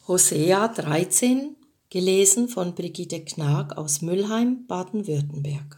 Hosea 13, gelesen von Brigitte Knag aus Müllheim, Baden-Württemberg.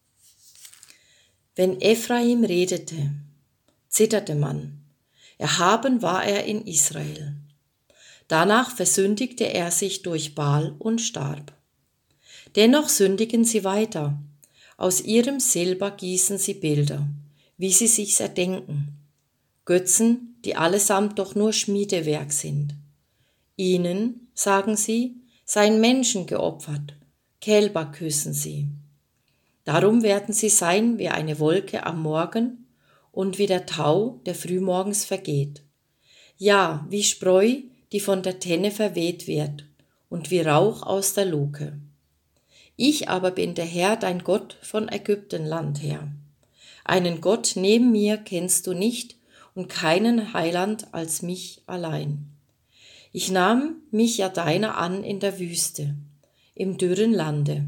Wenn Ephraim redete, zitterte man. Erhaben war er in Israel. Danach versündigte er sich durch Baal und starb. Dennoch sündigen sie weiter. Aus ihrem Silber gießen sie Bilder, wie sie sich's erdenken. Götzen, die allesamt doch nur Schmiedewerk sind. Ihnen, sagen sie, seien Menschen geopfert, Kälber küssen sie. Darum werden sie sein wie eine Wolke am Morgen und wie der Tau, der frühmorgens vergeht. Ja, wie Spreu, die von der Tenne verweht wird, und wie Rauch aus der Luke. Ich aber bin der Herr, dein Gott von Ägyptenland her. Einen Gott neben mir kennst du nicht und keinen Heiland als mich allein. Ich nahm mich ja deiner an in der Wüste, im dürren Lande.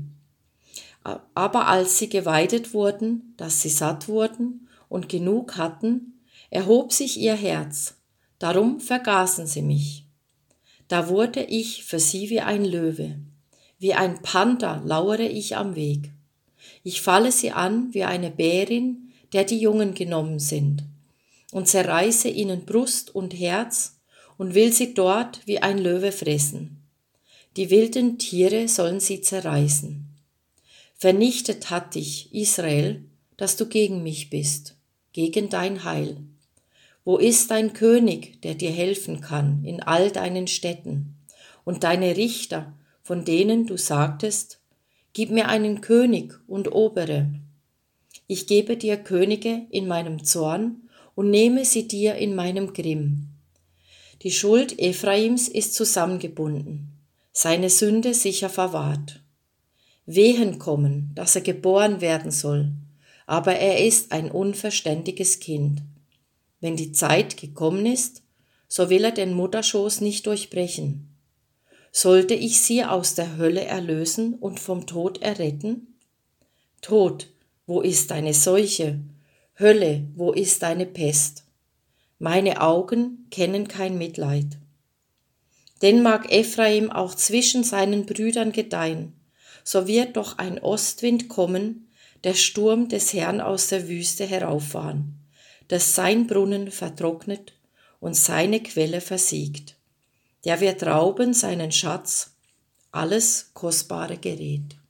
Aber als sie geweidet wurden, dass sie satt wurden und genug hatten, erhob sich ihr Herz, darum vergaßen sie mich. Da wurde ich für sie wie ein Löwe, wie ein Panther lauere ich am Weg. Ich falle sie an wie eine Bärin, der die Jungen genommen sind, und zerreiße ihnen Brust und Herz und will sie dort wie ein Löwe fressen. Die wilden Tiere sollen sie zerreißen. Vernichtet hat dich, Israel, dass du gegen mich bist, gegen dein Heil. Wo ist dein König, der dir helfen kann in all deinen Städten, und deine Richter, von denen du sagtest, gib mir einen König und Obere. Ich gebe dir Könige in meinem Zorn und nehme sie dir in meinem Grimm. Die Schuld Ephraims ist zusammengebunden, seine Sünde sicher verwahrt. Wehen kommen, dass er geboren werden soll, aber er ist ein unverständiges Kind. Wenn die Zeit gekommen ist, so will er den Mutterschoß nicht durchbrechen. Sollte ich sie aus der Hölle erlösen und vom Tod erretten? Tod, wo ist deine Seuche? Hölle, wo ist deine Pest? Meine Augen kennen kein Mitleid. Denn mag Ephraim auch zwischen seinen Brüdern gedeihen, so wird doch ein Ostwind kommen, der Sturm des Herrn aus der Wüste herauffahren, dass sein Brunnen vertrocknet und seine Quelle versiegt. Der wird rauben seinen Schatz, alles kostbare Gerät.